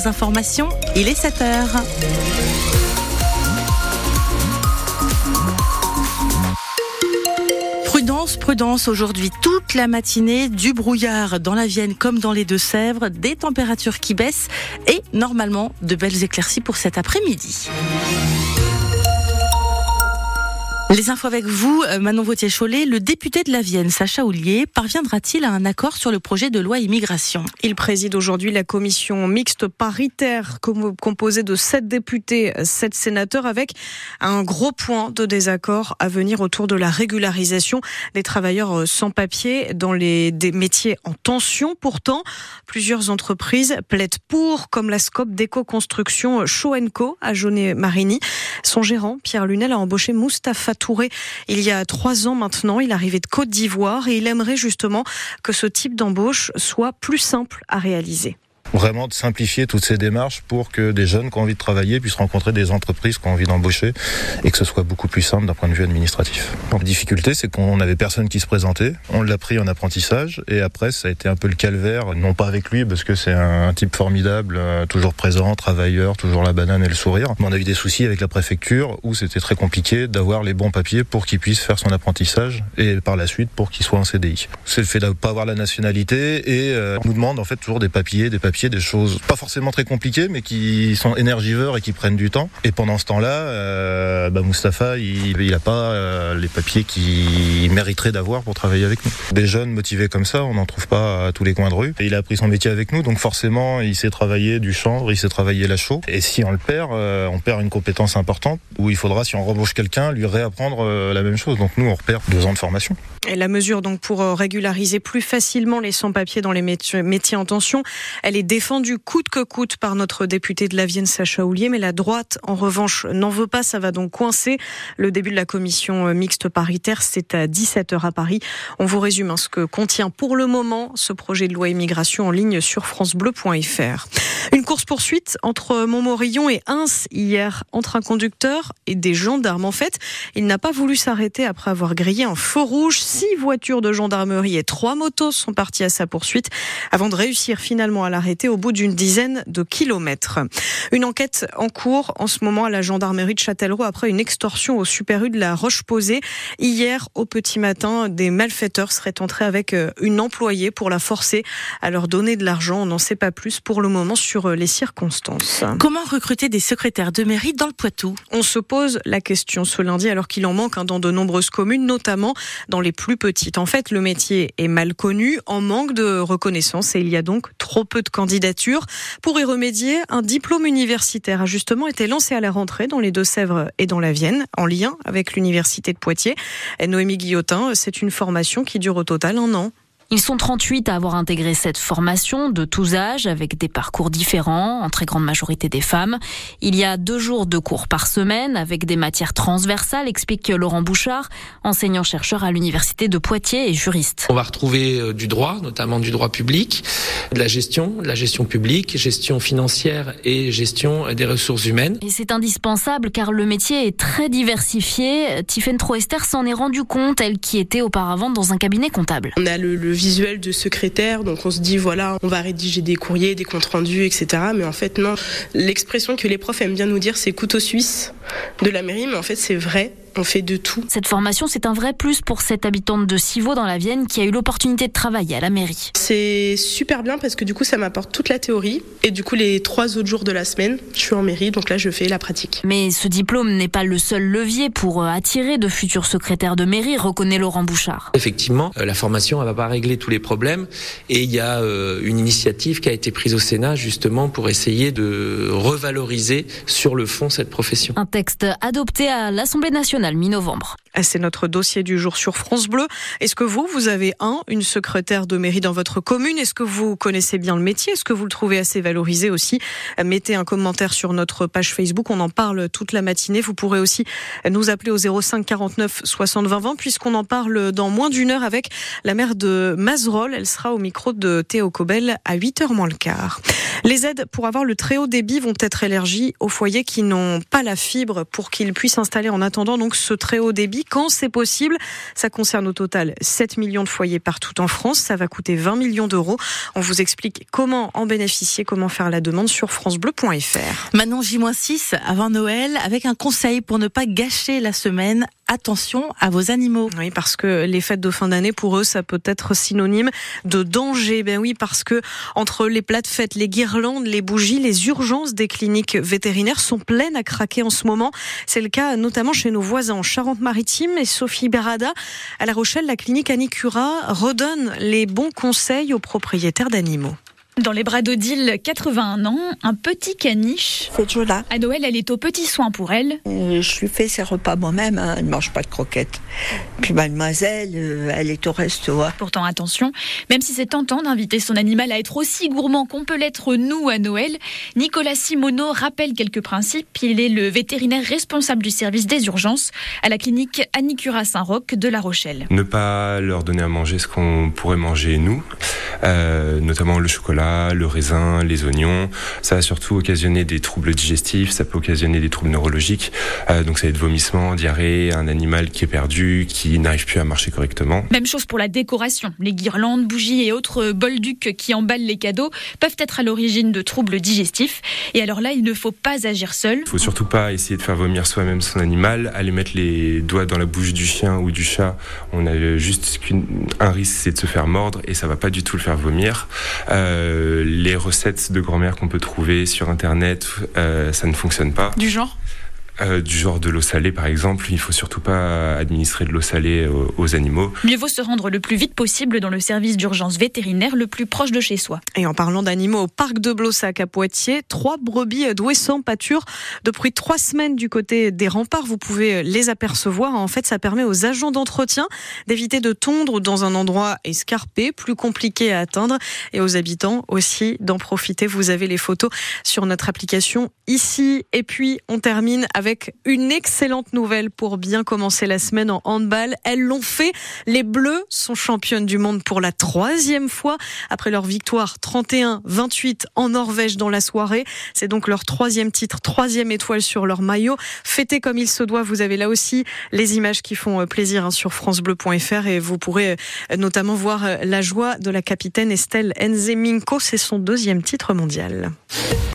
dernières informations, il est 7h. Prudence aujourd'hui, toute la matinée, du brouillard dans la Vienne comme dans les Deux-Sèvres, des températures qui baissent et normalement de belles éclaircies pour cet après-midi. Les infos avec vous, Manon Vauthier-Cholet. Le député de la Vienne, Sacha Houlier, parviendra-t-il à un accord sur le projet de loi immigration ? Il préside aujourd'hui la commission mixte paritaire composée de 7 députés, 7 sénateurs, avec un gros point de désaccord à venir autour de la régularisation des travailleurs sans papier dans des métiers en tension. Pourtant, plusieurs entreprises plaident pour, comme la Scope d'éco-construction Shaw & Co à Jaunet-Marigny. Son gérant, Pierre Lunel, a embauché Moustapha Touré il y a 3 ans maintenant. Il arrivait de Côte d'Ivoire et il aimerait justement que ce type d'embauche soit plus simple à réaliser. Vraiment de simplifier toutes ces démarches pour que des jeunes qui ont envie de travailler puissent rencontrer des entreprises qui ont envie d'embaucher et que ce soit beaucoup plus simple d'un point de vue administratif. La difficulté, c'est qu'on n'avait personne qui se présentait. On l'a pris en apprentissage et après, ça a été un peu le calvaire. Non pas avec lui, parce que c'est un type formidable, toujours présent, travailleur, toujours la banane et le sourire. Mais on a eu des soucis avec la préfecture où c'était très compliqué d'avoir les bons papiers pour qu'il puisse faire son apprentissage et par la suite pour qu'il soit en CDI. C'est le fait de ne pas avoir la nationalité et on nous demande en fait toujours des papiers, des choses pas forcément très compliquées mais qui sont énergivores et qui prennent du temps. Et pendant ce temps-là, Moustapha, il a pas les papiers qu'il mériterait d'avoir pour travailler avec nous. Des jeunes motivés comme ça, on n'en trouve pas à tous les coins de rue. Et il a appris son métier avec nous, donc forcément, il sait travailler du chanvre, il sait travailler la chaux. Et si on le perd, on perd une compétence importante où il faudra, si on rebauche quelqu'un, lui réapprendre la même chose. Donc nous, on repère 2 ans de formation. Et la mesure donc pour régulariser plus facilement les sans-papiers dans les métiers en tension, elle est défendue coûte que coûte par notre député de la Vienne, Sacha Houlier, mais la droite, en revanche, n'en veut pas. Ça va donc coincer. Le début de la commission mixte paritaire, c'est à 17h à Paris. On vous résume ce que contient pour le moment ce projet de loi immigration en ligne sur francebleu.fr. Une course-poursuite entre Montmorillon et Reims hier entre un conducteur et des gendarmes. En fait, il n'a pas voulu s'arrêter après avoir grillé un feu rouge. 6 voitures de gendarmerie et 3 motos sont parties à sa poursuite avant de réussir finalement à l'arrêter au bout d'une dizaine de kilomètres. Une enquête en cours en ce moment à la gendarmerie de Châtellerault après une extorsion au Super U de la Roche-Posay. Hier, au petit matin, des malfaiteurs seraient entrés avec une employée pour la forcer à leur donner de l'argent. On n'en sait pas plus pour le moment sur les circonstances. Comment recruter des secrétaires de mairie dans le Poitou ? On se pose la question ce lundi alors qu'il en manque dans de nombreuses communes, notamment dans les plus petites. En fait, le métier est mal connu, en manque de reconnaissance et il y a donc trop peu de candidatures. Pour y remédier, un diplôme universitaire a justement été lancé à la rentrée dans les Deux-Sèvres et dans la Vienne, en lien avec l'université de Poitiers. Et Noémie Guillotin, c'est une formation qui dure au total 1 an. Ils sont 38 à avoir intégré cette formation de tous âges, avec des parcours différents, en très grande majorité des femmes. Il y a 2 jours de cours par semaine, avec des matières transversales, explique Laurent Bouchard, enseignant-chercheur à l'université de Poitiers et juriste. On va retrouver du droit, notamment du droit public, de la gestion publique, gestion financière et gestion des ressources humaines. Et c'est indispensable car le métier est très diversifié. Tiffaine Troester s'en est rendu compte, elle qui était auparavant dans un cabinet comptable. On a le visuel de secrétaire, donc on se dit voilà, on va rédiger des courriers, des comptes rendus, etc. Mais en fait non, l'expression que les profs aiment bien nous dire, c'est couteau suisse de la mairie, mais en fait c'est vrai. On fait de tout. Cette formation, c'est un vrai plus pour cette habitante de Civaux dans la Vienne qui a eu l'opportunité de travailler à la mairie. C'est super bien parce que du coup, ça m'apporte toute la théorie et du coup, les 3 autres jours de la semaine, je suis en mairie, donc là, je fais la pratique. Mais ce diplôme n'est pas le seul levier pour attirer de futurs secrétaires de mairie, reconnaît Laurent Bouchard. Effectivement, la formation, elle va pas régler tous les problèmes et il y a une initiative qui a été prise au Sénat justement pour essayer de revaloriser sur le fond cette profession. Un texte adopté à l'Assemblée nationale mi-novembre. C'est notre dossier du jour sur France Bleu. Est-ce que vous avez une secrétaire de mairie dans votre commune ? Est-ce que vous connaissez bien le métier ? Est-ce que vous le trouvez assez valorisé aussi ? Mettez un commentaire sur notre page Facebook. On en parle toute la matinée. Vous pourrez aussi nous appeler au 05 49 60 20 20 puisqu'on en parle dans moins d'1 heure avec la maire de Mazerolles. Elle sera au micro de Théo Cobel à 8h moins le quart. Les aides pour avoir le très haut débit vont être élargies aux foyers qui n'ont pas la fibre. fibre pour qu'ils puissent installer en attendant donc ce très haut débit quand c'est possible. Ça concerne au total 7 millions de foyers partout en France. Ça va coûter 20 millions d'euros. On vous explique comment en bénéficier, comment faire la demande sur francebleu.fr. Maintenant, J-6 avant Noël, avec un conseil pour ne pas gâcher la semaine. Attention à vos animaux. Oui, parce que les fêtes de fin d'année, pour eux, ça peut être synonyme de danger. Ben oui, parce que entre les plats de fête, les guirlandes, les bougies, les urgences des cliniques vétérinaires sont pleines à craquer en ce moment. C'est le cas notamment chez nos voisins en Charente-Maritime et Sophie Berada. À La Rochelle, la clinique Anicura redonne les bons conseils aux propriétaires d'animaux. Dans les bras d'Odile, 81 ans, un petit caniche. C'est Jola. À Noël, elle est aux petits soins pour elle. Je lui fais ses repas moi-même, elle ne mange pas de croquettes. Puis mademoiselle, elle est au resto. Pourtant, attention, même si c'est tentant d'inviter son animal à être aussi gourmand qu'on peut l'être nous à Noël, Nicolas Simoneau rappelle quelques principes. Il est le vétérinaire responsable du service des urgences à la clinique Anicura Saint-Roch de La Rochelle. Ne pas leur donner à manger ce qu'on pourrait manger nous, notamment le chocolat, le raisin, les oignons. Ça va surtout occasionner des troubles digestifs, ça peut occasionner des troubles neurologiques. Donc ça va être vomissements, diarrhée, un animal qui est perdu, qui n'arrive plus à marcher correctement. Même chose pour la décoration. Les guirlandes, bougies et autres bolducs qui emballent les cadeaux peuvent être à l'origine de troubles digestifs. Et alors là, il ne faut pas agir seul. Il ne faut surtout pas essayer de faire vomir soi-même son animal, aller mettre les doigts dans la bouche du chien ou du chat. On a juste un risque, c'est de se faire mordre et ça ne va pas du tout le faire vomir. Les recettes de grand-mère qu'on peut trouver sur internet, ça ne fonctionne pas. Du genre ? Du genre de l'eau salée par exemple, il ne faut surtout pas administrer de l'eau salée aux animaux. Mieux vaut se rendre le plus vite possible dans le service d'urgence vétérinaire le plus proche de chez soi. Et en parlant d'animaux, au parc de Blossac à Poitiers, 3 brebis douées sans pâture depuis 3 semaines du côté des remparts. Vous pouvez les apercevoir. En fait, ça permet aux agents d'entretien d'éviter de tondre dans un endroit escarpé, plus compliqué à atteindre, et aux habitants aussi d'en profiter. Vous avez les photos sur notre application ici. Et puis, on termine avec une excellente nouvelle pour bien commencer la semaine en handball. Elles l'ont fait. Les Bleus sont championnes du monde pour la 3e fois après leur victoire 31-28 en Norvège dans la soirée. C'est donc leur 3e titre, 3e étoile sur leur maillot. Fêtez comme il se doit. Vous avez là aussi les images qui font plaisir sur francebleu.fr et vous pourrez notamment voir la joie de la capitaine Estelle Nzeminko. C'est son 2e titre mondial.